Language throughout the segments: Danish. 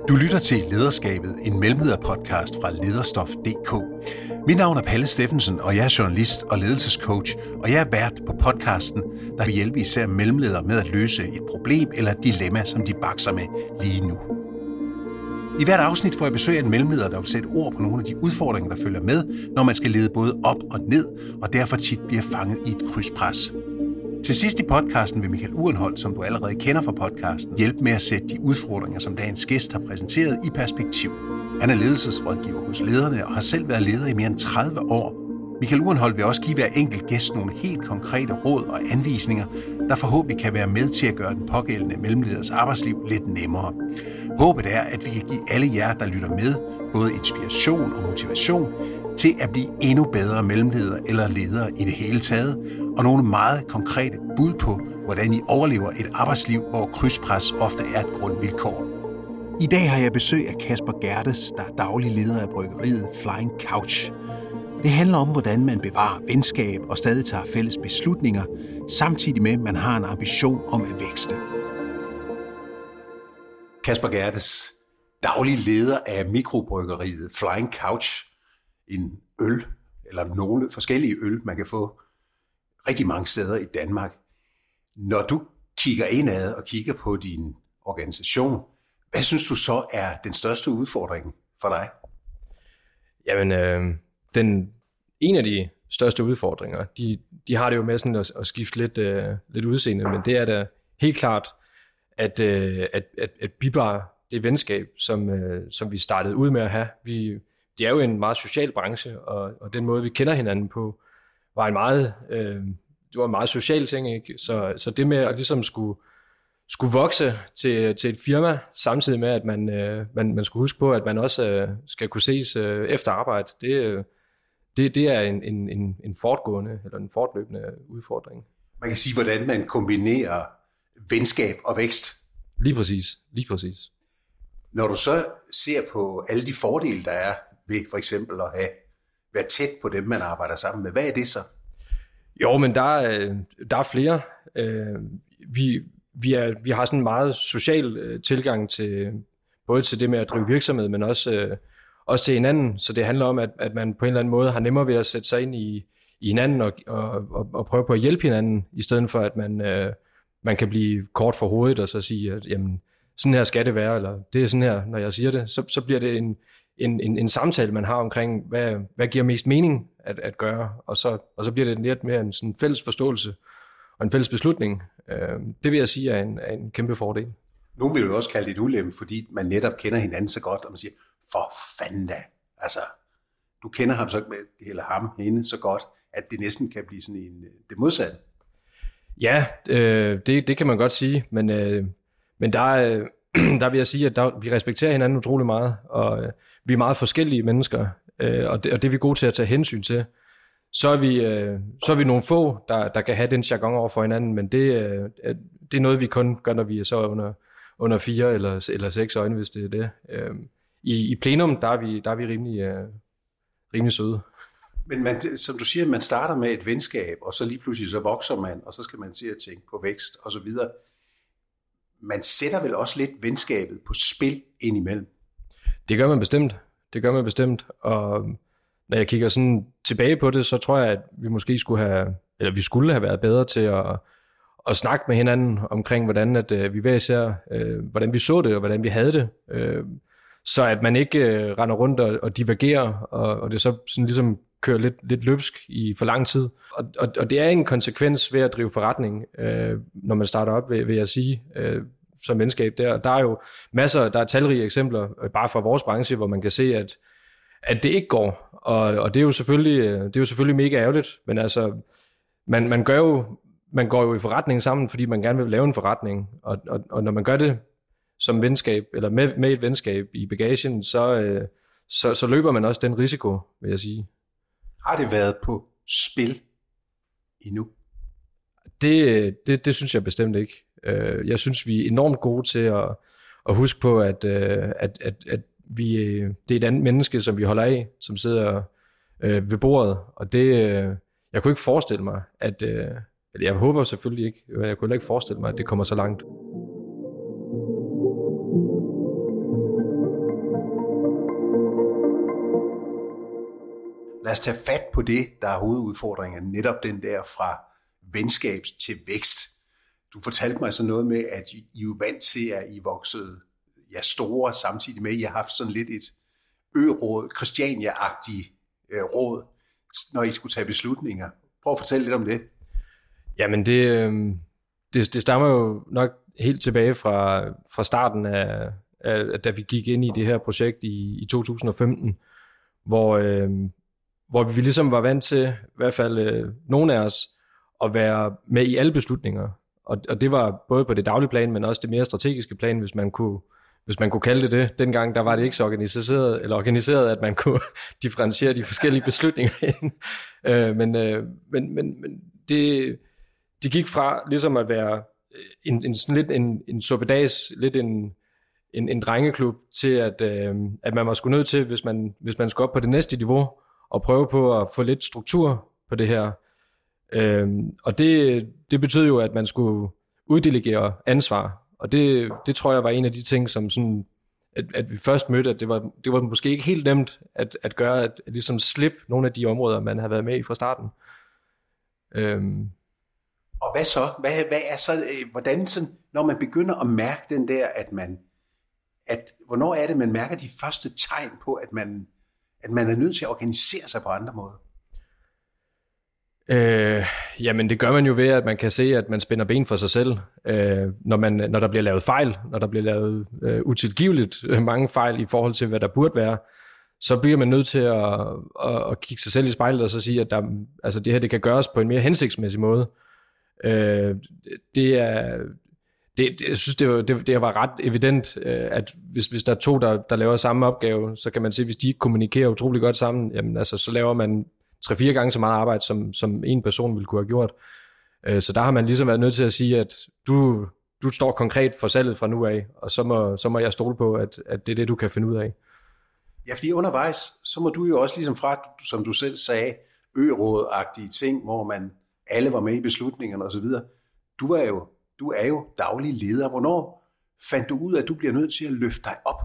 Du lytter til Lederskabet, en mellemlederpodcast fra Lederstof.dk. Mit navn er Palle Steffensen, og jeg er journalist og ledelsescoach, og jeg er vært på podcasten, der vil hjælpe især mellemledere med at løse et problem eller et dilemma, som de bakser med lige nu. I hvert afsnit får jeg besøg af en mellemleder, der vil sætte ord på nogle af de udfordringer, der følger med, når man skal lede både op og ned, og derfor tit bliver fanget i et krydspres. Til sidst i podcasten vil Michael Urenholdt, som du allerede kender fra podcasten, hjælpe med at sætte de udfordringer, som dagens gæst har præsenteret, i perspektiv. Han er ledelsesrådgiver hos lederne og har selv været leder i mere end 30 år. Michael Urenholdt vil også give hver enkelt gæst nogle helt konkrete råd og anvisninger, der forhåbentlig kan være med til at gøre den pågældende mellemleders arbejdsliv lidt nemmere. Håbet er, at vi kan give alle jer, der lytter med, både inspiration og motivation til at blive endnu bedre mellemledere eller ledere i det hele taget, og nogle meget konkrete bud på, hvordan I overlever et arbejdsliv, hvor krydspres ofte er et grundvilkår. I dag har jeg besøg af Kasper Gerdes, der er daglig leder af bryggeriet Flying Couch. Det handler om, hvordan man bevarer venskab og stadig tager fælles beslutninger, samtidig med, at man har en ambition om at vækste. Kasper Gerdes, daglig leder af mikrobryggeriet Flying Couch. En øl, eller nogle forskellige øl, man kan få rigtig mange steder i Danmark. Når du kigger indad og kigger på din organisation, hvad synes du så er den største udfordring for dig? Jamen, en af de største udfordringer, de har det jo med sådan at skifte lidt udseende, men det er da helt klart, at bibare det venskab, som vi startede ud med at have. Det er jo en meget social branche, og den måde, vi kender hinanden på, var en meget social ting, ikke? Så det med at ligesom skulle vokse til et firma, samtidig med, at man skulle huske på, at man også skal kunne ses efter arbejde, det er en fortgående eller en fortløbende udfordring. Man kan sige, hvordan man kombinerer venskab og vækst. Lige præcis. Når du så ser på alle de fordele, der er ved for eksempel at være tæt på dem, man arbejder sammen med, hvad er det så? Jo, men der er flere. Vi har sådan en meget social tilgang til både til det med at drive virksomhed, men også til hinanden. Så det handler om, at man på en eller anden måde har nemmere ved at sætte sig ind i hinanden og prøve på at hjælpe hinanden, i stedet for at man kan blive kort for hovedet og så sige, at jamen, sådan her skal det være, eller det er sådan her, når jeg siger det. Så bliver det en samtale, man har omkring, hvad giver mest mening at gøre, og så bliver det lidt mere en sådan fælles forståelse og en fælles beslutning. Det vil jeg sige er en kæmpe fordel. Nogle vil jo også kalde det et ulempe, fordi man netop kender hinanden så godt, og man siger, for fanden da. Altså, du kender ham eller ham, hende så godt, at det næsten kan blive sådan det modsatte. Ja, det kan man godt sige, men der vil jeg sige, at vi respekterer hinanden utrolig meget, og vi er meget forskellige mennesker, og det er vi gode til at tage hensyn til. Så er vi nogle få, der kan have den jargon over for hinanden, men det er noget, vi kun gør, når vi er så under 4 eller 6 øjne, hvis det er det. I plenum, der er vi rimelig søde. Men som du siger, man starter med et venskab, og så lige pludselig så vokser man, og så skal man se at tænke på vækst og så videre. Man sætter vel også lidt venskabet på spil indimellem? Det gør man bestemt. Og når jeg kigger sådan tilbage på det, så tror jeg, at vi skulle have været bedre til at snakke med hinanden omkring, hvordan at vi hver især, hvordan vi så det, og hvordan vi havde det. Så at man ikke render rundt og divergerer, og det så sådan ligesom kører lidt løbsk i for lang tid. Og det er en konsekvens ved at drive forretning, når man starter op, vil jeg sige, som venskab. Der er jo der er talrige eksempler, bare fra vores branche, hvor man kan se, at det ikke går. Og det er jo selvfølgelig mega ærgerligt, men altså, man går jo i forretning sammen, fordi man gerne vil lave en forretning, og når man gør det som venskab, eller med et venskab i bagagen, så løber man også den risiko, vil jeg sige. Har det været på spil endnu? Det synes jeg bestemt ikke. Jeg synes, vi er enormt gode til at huske på, at det er et andet menneske, som vi holder af, som sidder ved bordet, og det, jeg kunne ikke forestille mig, jeg håber selvfølgelig ikke, men jeg kunne ikke forestille mig, at det kommer så langt. Lad os tage fat på det, der er hovedudfordringen, netop den der fra venskab til vækst. Du fortalte mig sådan noget med, at I er vant til, at I voksede store, samtidig med, at I har haft sådan lidt et ø-råd, Christiania-agtigt råd, når I skulle tage beslutninger. Prøv at fortælle lidt om det. Jamen det stammer jo nok helt tilbage fra starten af da vi gik ind i det her projekt i 2015, hvor vi ligesom var vant til, i hvert fald nogle af os, at være med i alle beslutninger. Og det var både på det daglige plan, men også det mere strategiske plan, hvis man kunne kalde det. Dengang der var det ikke så organiseret, at man kunne differentiere de forskellige beslutninger ind. Men det gik fra ligesom at være en suppedags, lidt en drengeklub, til at man var sgu nødt til, hvis man skulle op på det næste niveau, og prøve på at få lidt struktur på det her. Og det betød jo, at man skulle uddelegere ansvar. Og det tror jeg var en af de ting, som sådan, at vi først mødte, at det var måske ikke helt nemt at gøre, at ligesom slippe nogle af de områder, man har været med i fra starten. Og hvad så? Hvad er så, hvordan sådan, når man begynder at mærke den der, hvornår er det, man mærker de første tegn på, at man er nødt til at organisere sig på andre måder? Jamen det gør man jo ved, at man kan se, at man spænder ben for sig selv, når der bliver lavet fejl, når der bliver lavet utilgiveligt mange fejl i forhold til, hvad der burde være, så bliver man nødt til at kigge sig selv i spejlet og så sige, at det her det kan gøres på en mere hensigtsmæssig måde. Jeg synes, det var ret evident, at hvis der er to, der laver samme opgave, så kan man se, hvis de ikke kommunikerer utrolig godt sammen, jamen, altså, så laver man 3-4 gange så meget arbejde, som en person ville kunne have gjort. Så der har man ligesom været nødt til at sige, at du står konkret for salget fra nu af, og så må jeg stole på, at det er det, du kan finde ud af. Ja, fordi undervejs, så må du jo også ligesom fra, som du selv sagde, ø-råd-agtige ting, hvor alle var med i beslutningerne osv. Du er jo daglig leder. Hvornår fandt du ud af, at du bliver nødt til at løfte dig op?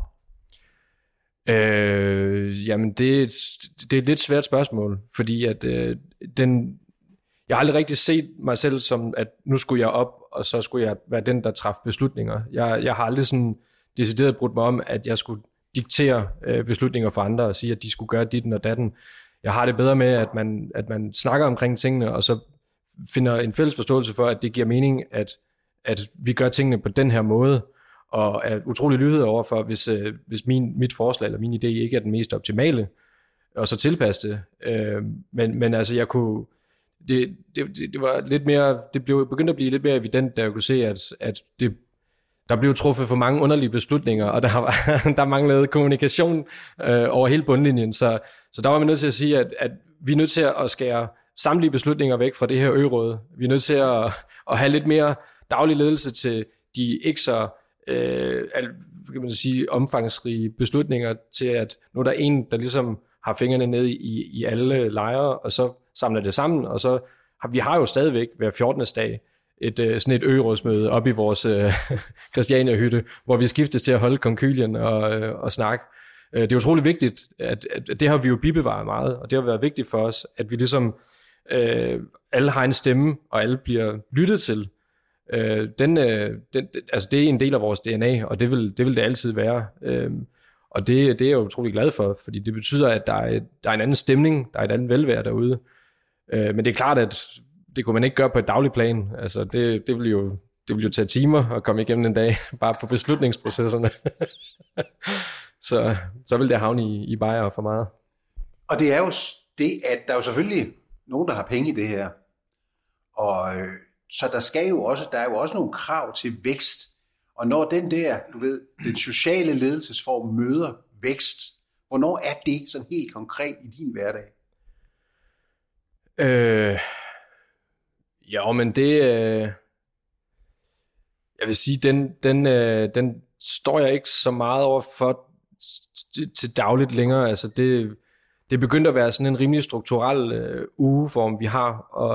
Jamen, det er et lidt svært spørgsmål, fordi at jeg har aldrig rigtig set mig selv som, at nu skulle jeg op, og så skulle jeg være den, der træffer beslutninger. Jeg har aldrig sådan decideret brudt mig om, at jeg skulle diktere beslutninger for andre og sige, at de skulle gøre ditten og datten. Jeg har det bedre med, at man snakker omkring tingene, og så finder en fælles forståelse for, at det giver mening, at vi gør tingene på den her måde, og er utrolig lydhør overfor, hvis mit forslag eller min idé ikke er den mest optimale, og så tilpasse det. Men altså, jeg kunne... Det var lidt mere... Det blev begyndt at blive lidt mere evident, da jeg kunne se, at der blev truffet for mange underlige beslutninger, og der manglede kommunikation over hele bundlinjen. Så der var man nødt til at sige, at vi er nødt til at skære samtlige beslutninger væk fra det her ø-råd. Vi er nødt til at have lidt mere daglig ledelse til de ikke så kan man sige, omfangsrige beslutninger, til at nu er der en, der ligesom har fingrene nede i alle lejre, og så samler det sammen, og så vi har jo stadigvæk hver 14. dag sådan et ø-rådsmøde op i vores Christiania-hytte, hvor vi skiftes til at holde konkylien og snakke. Det er utrolig vigtigt, at det har vi jo bibevaret meget, og det har været vigtigt for os, at vi ligesom alle har en stemme, og alle bliver lyttet til. Altså det er en del af vores DNA, og det vil det altid være. Og det er jeg utrolig glad for, fordi det betyder, at der er en anden stemning, der er et andet velvære derude. Men det er klart, at det kunne man ikke gøre på et dagligt plan. Altså det vil jo tage timer at komme igennem en dag, bare på beslutningsprocesserne. så vil det havne i bajer for meget. Og det er jo det, at der er jo selvfølgelig nogen, der har penge i det her. Og så der er jo også nogle krav til vækst. Og når den sociale ledelsesform møder vækst, hvornår er det sådan helt konkret i din hverdag? Men det... jeg vil sige, den står jeg ikke så meget over for til dagligt længere. Altså det begyndte at være sådan en rimelig strukturel ugeform, vi har,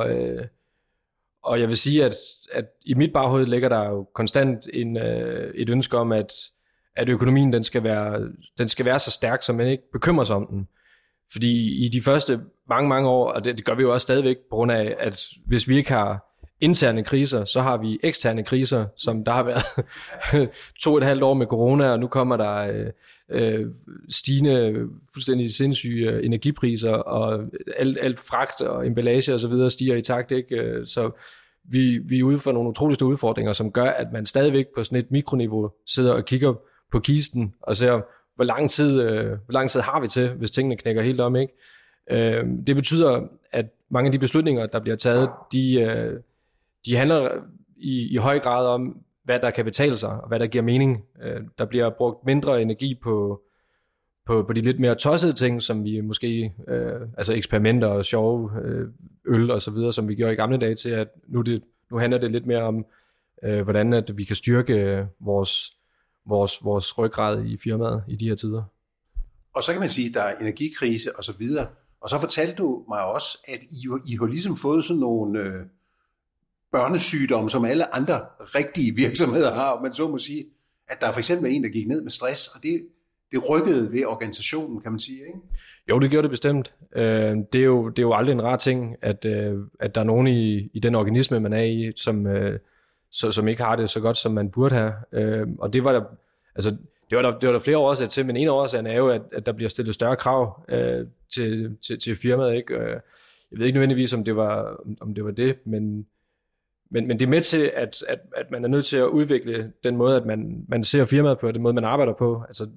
og jeg vil sige, at i mit baghoved ligger der jo konstant et ønske om, at økonomien den skal være så stærk, så man ikke bekymrer sig om den. Fordi i de første mange år, og det gør vi jo også stadigvæk på grund af, at hvis vi ikke har interne kriser, så har vi eksterne kriser, som der har været 2,5 år med corona, og nu kommer der stigende, fuldstændig sindssyge energipriser, og alt fragt og emballage og så videre stiger i takt, ikke? Så vi er ude for nogle utrolig store udfordringer, som gør, at man stadigvæk på sådan et mikroniveau sidder og kigger på kisten og ser, hvor lang tid har vi til, hvis tingene knækker helt om, ikke? Det betyder, at mange af de beslutninger, der bliver taget, de handler i høj grad om, hvad der kan betale sig, og hvad der giver mening. Der bliver brugt mindre energi på de lidt mere tossede ting, som vi måske, altså eksperimenter og sjove øl og så videre, som vi gjorde i gamle dage, til at nu handler det lidt mere om, hvordan at vi kan styrke vores ryggrad i firmaet i de her tider. Og så kan man sige, at der er energikrise og så videre. Og så fortalte du mig også, at I har ligesom fået sådan nogle børnesygdomme, som alle andre rigtige virksomheder har, man så må sige, at der for eksempel er en, der gik ned med stress, og det rykkede ved organisationen, kan man sige, ikke? Jo, det gjorde det bestemt. Det er jo aldrig en rar ting, at der er nogen i den organisme, man er i, som ikke har det så godt, som man burde have. Og det var der flere årsager til, men en af årsagerne er jo, at der bliver stillet større krav til firmaet, ikke? Jeg ved ikke nødvendigvis, om det var det, men det er med til, at man er nødt til at udvikle den måde, at man ser firmaet på, den måde, man arbejder på. Altså,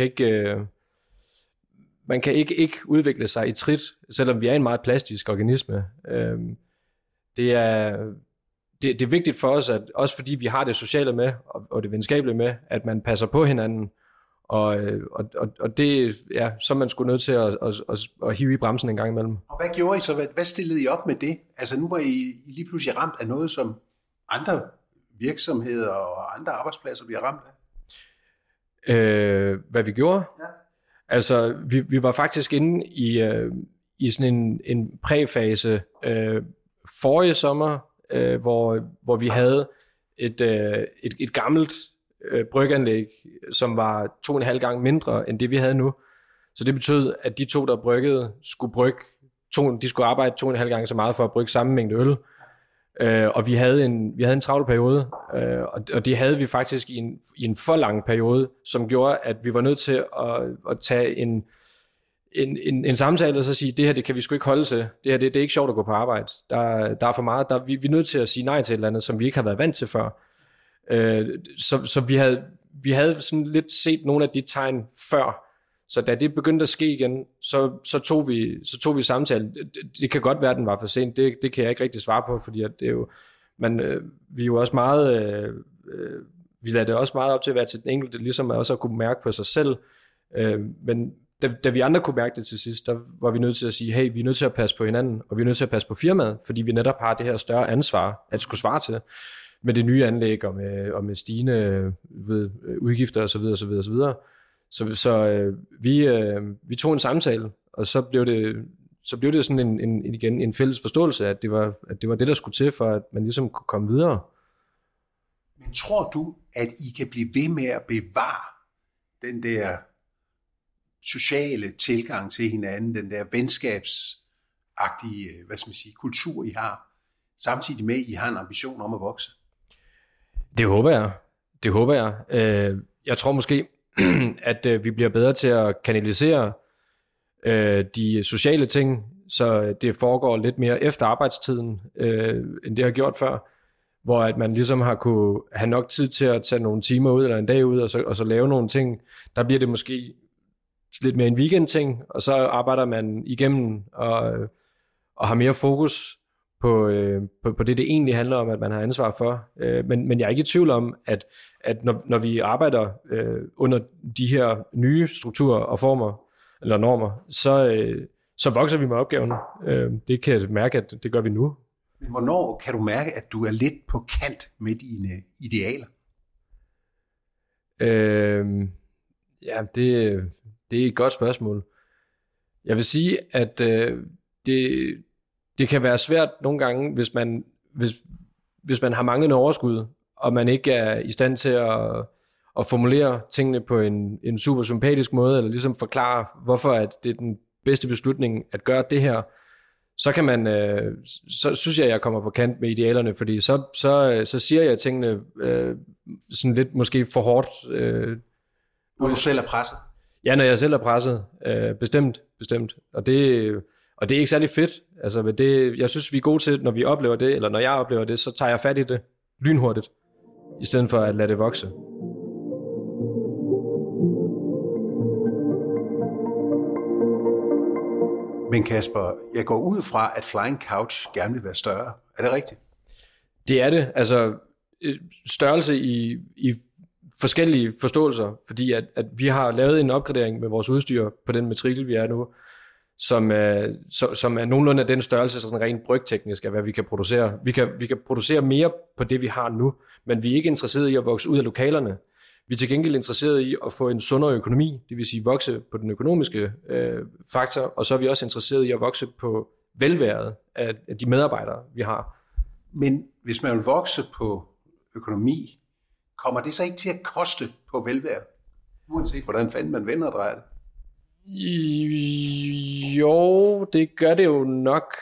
man kan ikke udvikle sig i trit, selvom vi er en meget plastisk organisme. Det er vigtigt for os, at også fordi vi har det sociale med, og det venskabelige med, at man passer på hinanden, og det, ja, så er man sgu nødt til at hive i bremsen en gang imellem. Og hvad gjorde I så? Hvad stillede I op med det? Altså nu var I lige pludselig ramt af noget, som andre virksomheder og andre arbejdspladser bliver ramt af? Hvad vi gjorde? Ja. Altså, vi var faktisk inde i sådan en præfase forrige sommer, hvor vi havde et gammelt bryganlæg, som var 2,5 gange mindre end det, vi havde nu. Så det betød, at de to, der bryggede, skulle arbejde 2,5 gange så meget for at brygge samme mængde øl. Og vi havde en travl periode, og det havde vi faktisk i en for lang periode, som gjorde, at vi var nødt til at tage en samtale og så sige, det her, det kan vi sgu ikke holde til. Det her, det er ikke sjovt at gå på arbejde. Der er for meget. Vi er nødt til at sige nej til et eller andet, som vi ikke har været vant til før. Så vi havde sådan lidt set nogle af de tegn før. Så da det begyndte at ske igen, så tog vi samtalen. Det kan godt være, at den var for sent. Det kan jeg ikke rigtig svare på, fordi at det er jo, vi er jo også meget, vi lader det også meget op til at være til den enkelte, ligesom også at kunne mærke på sig selv. Men da vi andre kunne mærke det til sidst, der var vi nødt til at sige, hey, vi er nødt til at passe på hinanden, og vi er nødt til at passe på firmaet, fordi vi netop har det her større ansvar, at skulle svare til med det nye anlæg og med stigende udgifter osv. Så vi tog en samtale, og så blev det sådan en fælles forståelse, at det var det, der skulle til, for at man ligesom kunne komme videre. Men tror du, at I kan blive ved med at bevare den der sociale tilgang til hinanden, den der venskabsagtige, kultur, I har, samtidig med, at I har en ambition om at vokse? Det håber jeg. Jeg tror måske, at vi bliver bedre til at kanalisere de sociale ting, så det foregår lidt mere efter arbejdstiden, end det har gjort før, hvor at man ligesom har kunne have nok tid til at tage nogle timer ud, eller en dag ud, og så lave nogle ting. Der bliver det måske lidt mere en weekend-ting, og så arbejder man igennem og har mere fokus på det egentlig handler om, at man har ansvar for. Men jeg er ikke i tvivl om, at når vi arbejder under de her nye strukturer og former, eller normer, så vokser vi med opgaven. Det kan jeg mærke, at det gør vi nu. Men hvornår kan du mærke, at du er lidt på kant med dine idealer? Ja, det er et godt spørgsmål. Jeg vil sige, at det kan være svært nogle gange, hvis man har manglende overskud, og man ikke er i stand til at formulere tingene på en super sympatisk måde, eller ligesom forklare, hvorfor at det er bedste beslutning at gøre det her, så kan man, så synes jeg kommer på kant med idealerne, fordi så siger jeg tingene sådan lidt måske for hårdt. Når du selv er presset? Ja, når jeg selv er presset, bestemt. Og det er ikke særlig fedt. Altså, jeg synes, vi er gode til, når vi oplever det, eller når jeg oplever det, så tager jeg fat i det lynhurtigt, i stedet for at lade det vokse. Men Kasper, jeg går ud fra, at Flying Couch gerne vil være større. Er det rigtigt? Det er det. Altså, størrelse i forskellige forståelser, fordi at vi har lavet en opgradering med vores udstyr på den matrikel, vi er nu, som er nogenlunde af den størrelse, sådan rent brygteknisk af, hvad vi kan producere. Vi kan producere mere på det, vi har nu, men vi er ikke interesseret i at vokse ud af lokalerne. Vi er til gengæld interesseret i at få en sundere økonomi, det vil sige vokse på den økonomiske faktor, og så er vi også interesseret i at vokse på velværet af de medarbejdere, vi har. Men hvis man vil vokse på økonomi, kommer det så ikke til at koste på velværet? Uanset hvordan fanden man vender og drejer det? Jo, det gør det jo nok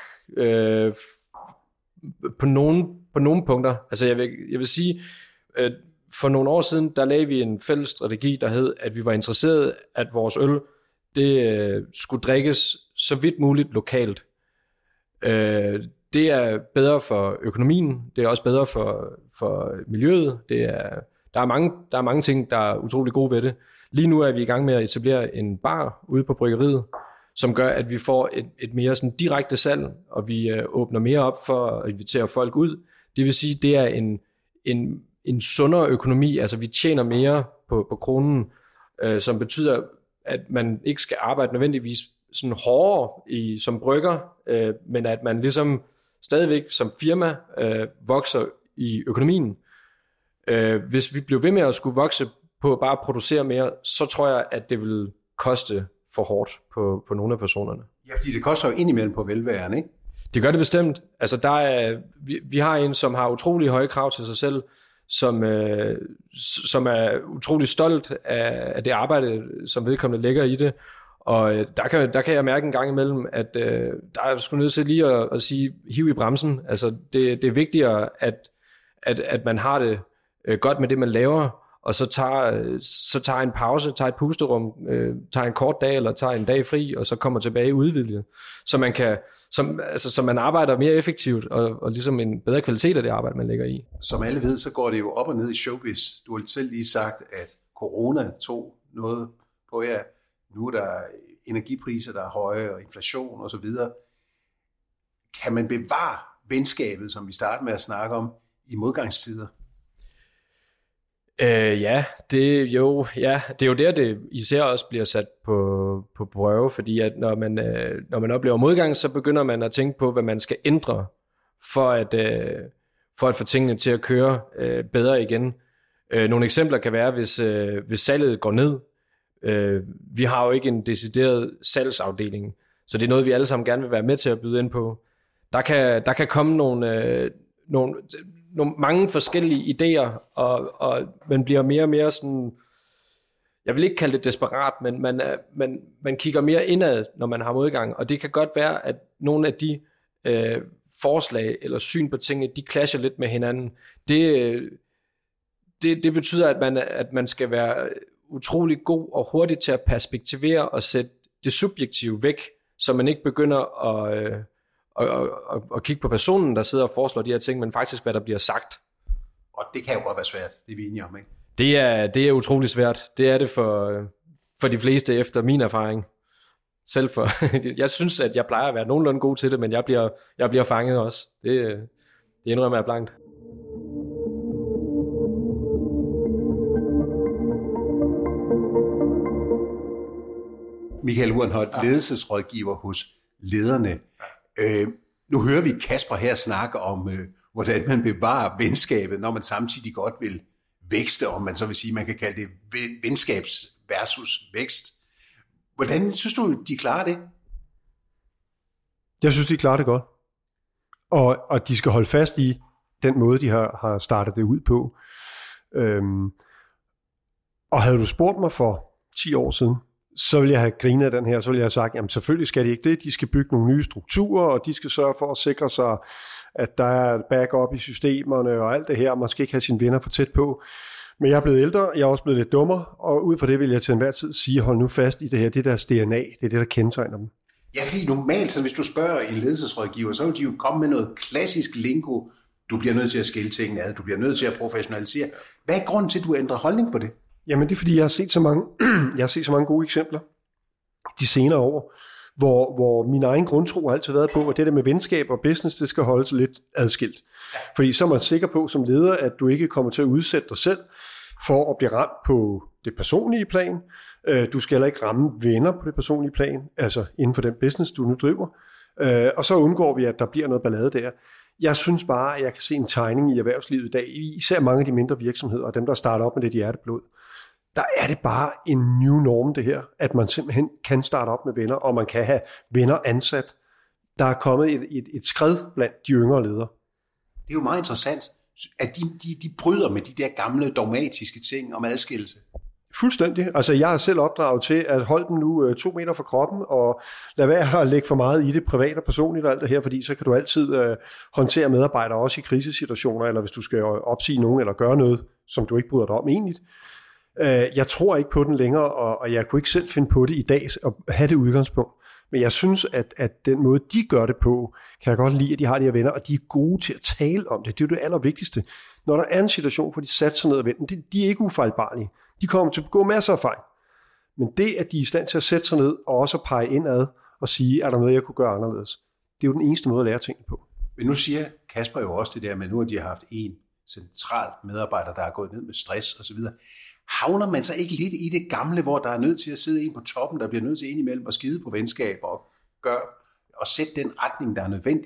på nogle punkter. Altså jeg vil sige, for nogle år siden, der lagde vi en fælles strategi, der hed, at vi var interesserede, at vores øl, det skulle drikkes så vidt muligt lokalt. Det er bedre for økonomien, det er også bedre for miljøet, der er mange ting, der er utrolig gode ved det. Lige nu er vi i gang med at etablere en bar ude på bryggeriet, som gør, at vi får et mere sådan direkte salg, og vi åbner mere op for at invitere folk ud. Det vil sige, det er en sundere økonomi, altså vi tjener mere på kronen, som betyder, at man ikke skal arbejde nødvendigvis sådan hårdere som brygger, men at man ligesom stadigvæk som firma vokser i økonomien. Hvis vi bliver ved med at skulle vokse på bare at producere mere, så tror jeg, at det vil koste for hårdt på nogle af personerne. Ja, fordi det koster jo indimellem på velværen, ikke? Det gør det bestemt. Altså vi har en, som har utrolig høje krav til sig selv, som er utrolig stolt af det arbejde, som vedkommende lægger i det. Og der kan jeg mærke en gang imellem, at der er sgu nødt til lige at sige, hiv i bremsen. Altså det er vigtigere, at man har det godt med det, man laver, og så tager en pause, tager et pusterum, tager en kort dag, eller tager en dag fri, og så kommer tilbage udvildet. Så man arbejder mere effektivt, og ligesom en bedre kvalitet af det arbejde, man lægger i. Som alle ved, så går det jo op og ned i showbiz. Du har selv lige sagt, at corona tog noget på jer. Nu er der energipriser, der er høje, og inflation osv. Kan man bevare venskabet, som vi startede med at snakke om, i modgangstider? Ja, det er jo der, det især også bliver sat på prøve, fordi at når man oplever modgang, så begynder man at tænke på, hvad man skal ændre for at få tingene til at køre bedre igen. Nogle eksempler kan være, hvis salget går ned. Vi har jo ikke en decideret salgsafdeling, så det er noget, vi alle sammen gerne vil være med til at byde ind på. Der kan komme nogle mange forskellige idéer, og man bliver mere og mere sådan, jeg vil ikke kalde det desperat, men man kigger mere indad, når man har modgang, og det kan godt være, at nogle af de forslag eller syn på tingene, de clasher lidt med hinanden. Det betyder, at man skal være utrolig god og hurtig til at perspektivere og sætte det subjektive væk, så man ikke begynder at kigge på personen, der sidder og foreslår de her ting, men faktisk, hvad der bliver sagt. Og det kan jo godt være svært, det er vi enige om, ikke? Det er utrolig svært. Det er det for de fleste efter min erfaring. Jeg synes, at jeg plejer at være nogenlunde god til det, men jeg bliver fanget også. Det indrømmer jeg blankt. Michael Urenholt, ledelsesrådgiver hos Lederne. Nu hører vi Kasper her snakke om, hvordan man bevarer venskabet, når man samtidig godt vil vækste, om man så vil sige, man kan kalde det venskabs versus vækst. Hvordan synes du, de klarer det? Jeg synes, de klarer det godt. Og de skal holde fast i den måde, de har startet det ud på. Og havde du spurgt mig for 10 år siden, så vil jeg have grinet af den her, så vil jeg have sagt, jamen selvfølgelig skal de ikke det, de skal bygge nogle nye strukturer, og de skal sørge for at sikre sig, at der er backup i systemerne og alt det her, man skal ikke have sine venner for tæt på. Men jeg er blevet ældre, jeg er også blevet lidt dummere, og ud fra det vil jeg til enhver tid sige, hold nu fast i det her, det er deres DNA, det er det, der kendetegner dem. Ja, fordi normalt, så hvis du spørger en ledelsesrådgiver, så vil de jo komme med noget klassisk lingo. Du bliver nødt til at skille tingene ad, du bliver nødt til at professionalisere. Hvad er grunden til, at du ændrer holdning på det? Jamen det er, fordi jeg har set så mange gode eksempler de senere år, hvor min egen grundtro har altid været på, at det der med venskab og business, det skal holdes lidt adskilt. Fordi så er man sikker på som leder, at du ikke kommer til at udsætte dig selv for at blive ramt på det personlige plan. Du skal heller ikke ramme venner på det personlige plan, altså inden for den business, du nu driver. Og så undgår vi, at der bliver noget ballade der. Jeg synes bare, at jeg kan se en tegning i erhvervslivet i dag, især mange af de mindre virksomheder, og dem, der starter op med det hjerteblod. Der er det bare en new norm, det her, at man simpelthen kan starte op med venner, og man kan have venner ansat. Der er kommet et skred blandt de yngre ledere. Det er jo meget interessant, at de bryder med de der gamle dogmatiske ting om adskillelse. Fuldstændig. Altså jeg har selv opdraget til at holde dem nu 2 meter fra kroppen, og lad være at lægge for meget i det private og personligt og alt det her, fordi så kan du altid håndtere medarbejdere også i krisesituationer, eller hvis du skal opsige nogen eller gøre noget, som du ikke bryder dig om egentlig. Jeg tror ikke på den længere, og jeg kunne ikke selv finde på det i dag at have det udgangspunkt. Men jeg synes, at den måde, de gør det på, kan jeg godt lide, at de har de her venner, og de er gode til at tale om det. Det er jo det allervigtigste. Når der er en situation, hvor de satte sig ned og venter, de er ikke ufejlbarlige. De kommer til at begå masser af fejl. Men det, at de er i stand til at sætte sig ned og også pege indad og sige, er der noget, jeg kunne gøre anderledes? Det er jo den eneste måde at lære tingene på. Men nu siger Kasper jo også det der med, nu at de har haft en central medarbejder, der er gået ned med stress osv. Havner man så ikke lidt i det gamle, hvor der er nødt til at sidde en på toppen, der bliver nødt til indimellem at skide på venskab og sætte den retning, der er nødvendig?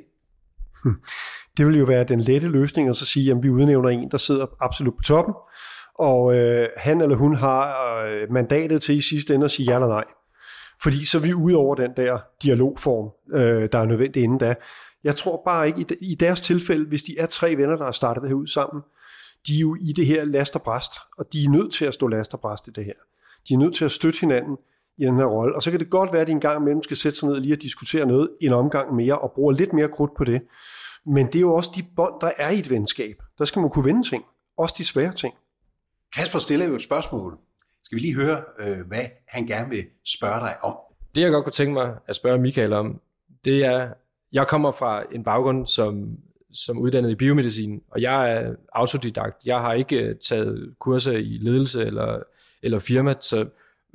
Det vil jo være den lette løsning at så sige, at vi udnævner en, der sidder absolut på toppen, og han eller hun har mandatet til i sidste ende at sige ja eller nej. Fordi så er vi ude over den der dialogform, der er nødvendig inden da. Jeg tror bare ikke, i deres tilfælde, hvis de er 3 venner, der har startet det her ud sammen, de er jo i det her last og bræst, og de er nødt til at stå last og bræst i det her. De er nødt til at støtte hinanden i den her rolle, og så kan det godt være, at de en gang imellem skal sætte sig ned lige og diskutere noget en omgang mere, og bruge lidt mere krudt på det. Men det er jo også de bånd, der er i et venskab. Der skal man kunne vinde ting, også de svære ting. Kasper stiller jo et spørgsmål. Skal vi lige høre, hvad han gerne vil spørge dig om? Det jeg godt kunne tænke mig at spørge Michael om, det er, jeg kommer fra en baggrund som uddannet i biomedicin, og jeg er autodidakt. Jeg har ikke taget kurser i ledelse eller firma, så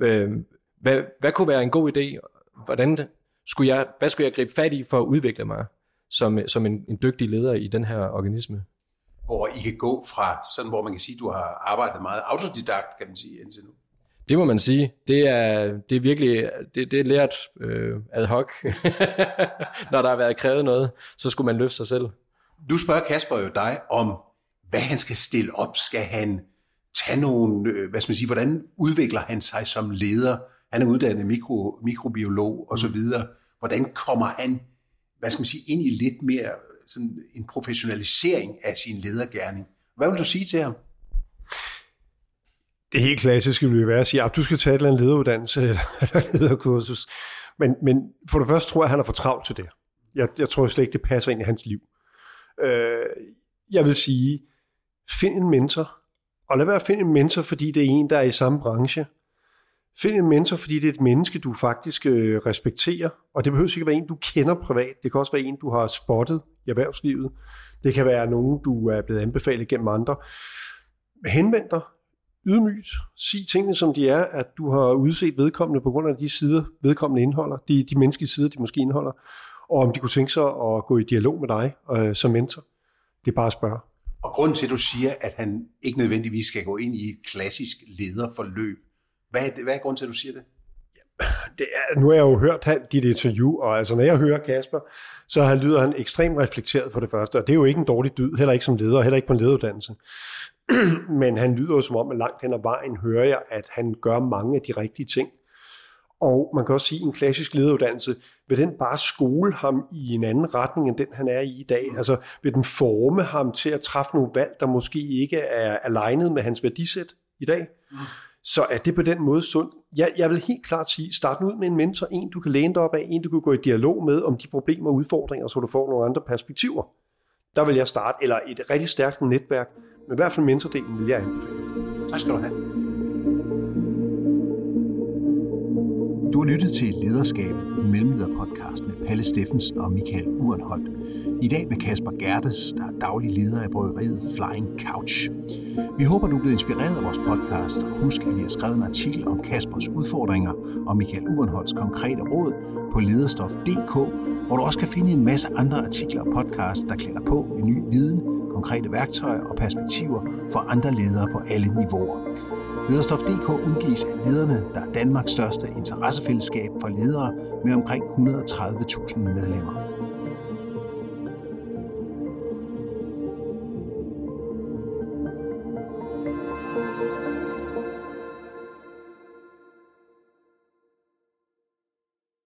hvad kunne være en god idé? Hvad skulle jeg gribe fat i for at udvikle mig som en dygtig leder i den her organisme? Hvor I kan gå fra sådan, hvor man kan sige, at du har arbejdet meget autodidakt, kan man sige, indtil nu. Det må man sige. Det er virkelig, det er lært ad hoc. Når der har været krævet noget, så skulle man løfte sig selv. Du spørger Kasper jo dig om, hvad han skal stille op. Skal han tage nogle, hvordan udvikler han sig som leder? Han er uddannet mikrobiolog og så videre. Hvordan kommer han, ind i lidt mere sådan en professionalisering af sin ledergerning? Hvad vil du sige til ham? Det helt klassiske vil jo være at sige, at du skal tage et eller andet lederuddannelse eller lederkursus. Men for det første tror jeg, at han er for travlt til det. Jeg tror slet ikke, det passer ind i hans liv. Jeg vil sige, find en mentor. Og lad være at finde en mentor, fordi det er en, der er i samme branche. Find en mentor, fordi det er et menneske, du faktisk respekterer. Og det behøver ikke være en, du kender privat. Det kan også være en, du har spottet i erhvervslivet. Det kan være nogen, du er blevet anbefalet gennem andre. Henvend dig. Ydmygt. Sig tingene, som de er, at du har udset vedkommende på grund af de sider, vedkommende indeholder. De menneskelige sider, de måske indeholder. Og om de kunne tænke sig at gå i dialog med dig som mentor. Det er bare at spørge. Og grunden til, at du siger, at han ikke nødvendigvis skal gå ind i et klassisk lederforløb, hvad er grunden til, at du siger det? Nu har jeg jo hørt dit interview, og altså når jeg hører Kasper, så lyder han ekstremt reflekteret for det første, og det er jo ikke en dårlig dyd, heller ikke som leder, heller ikke på en lederuddannelse. Men han lyder jo som om, at langt hen ad vejen hører jeg, at han gør mange af de rigtige ting. Og man kan også sige, at en klassisk lederuddannelse, vil den bare skole ham i en anden retning, end den han er i dag? Altså vil den forme ham til at træffe nogle valg, der måske ikke er alignet med hans værdisæt i dag? Så er det på den måde sundt? Jeg vil helt klart sige, start ud med en mentor, en du kan læne dig op af, en du kan gå i dialog med om de problemer og udfordringer, så du får nogle andre perspektiver. Der vil jeg starte, eller et rigtig stærkt netværk, men i hvert fald mentordelen vil jeg anbefale. Tak skal du have. Du har lyttet til Lederskabet, en mellemlederpodcast med Palle Steffensen og Michael Urenholdt. I dag med Kasper Gerdes, der er daglig leder af bryggeriet Flying Couch. Vi håber, du er blevet inspireret af vores podcast, og husk, at vi har skrevet en artikel om Kaspers udfordringer og Michael Urenholds konkrete råd på lederstof.dk, hvor du også kan finde en masse andre artikler og podcasts, der klæder på med ny viden, konkrete værktøjer og perspektiver for andre ledere på alle niveauer. Lederstof.dk udgives af Lederne, der er Danmarks største interessefællesskab for ledere med omkring 130.000 medlemmer.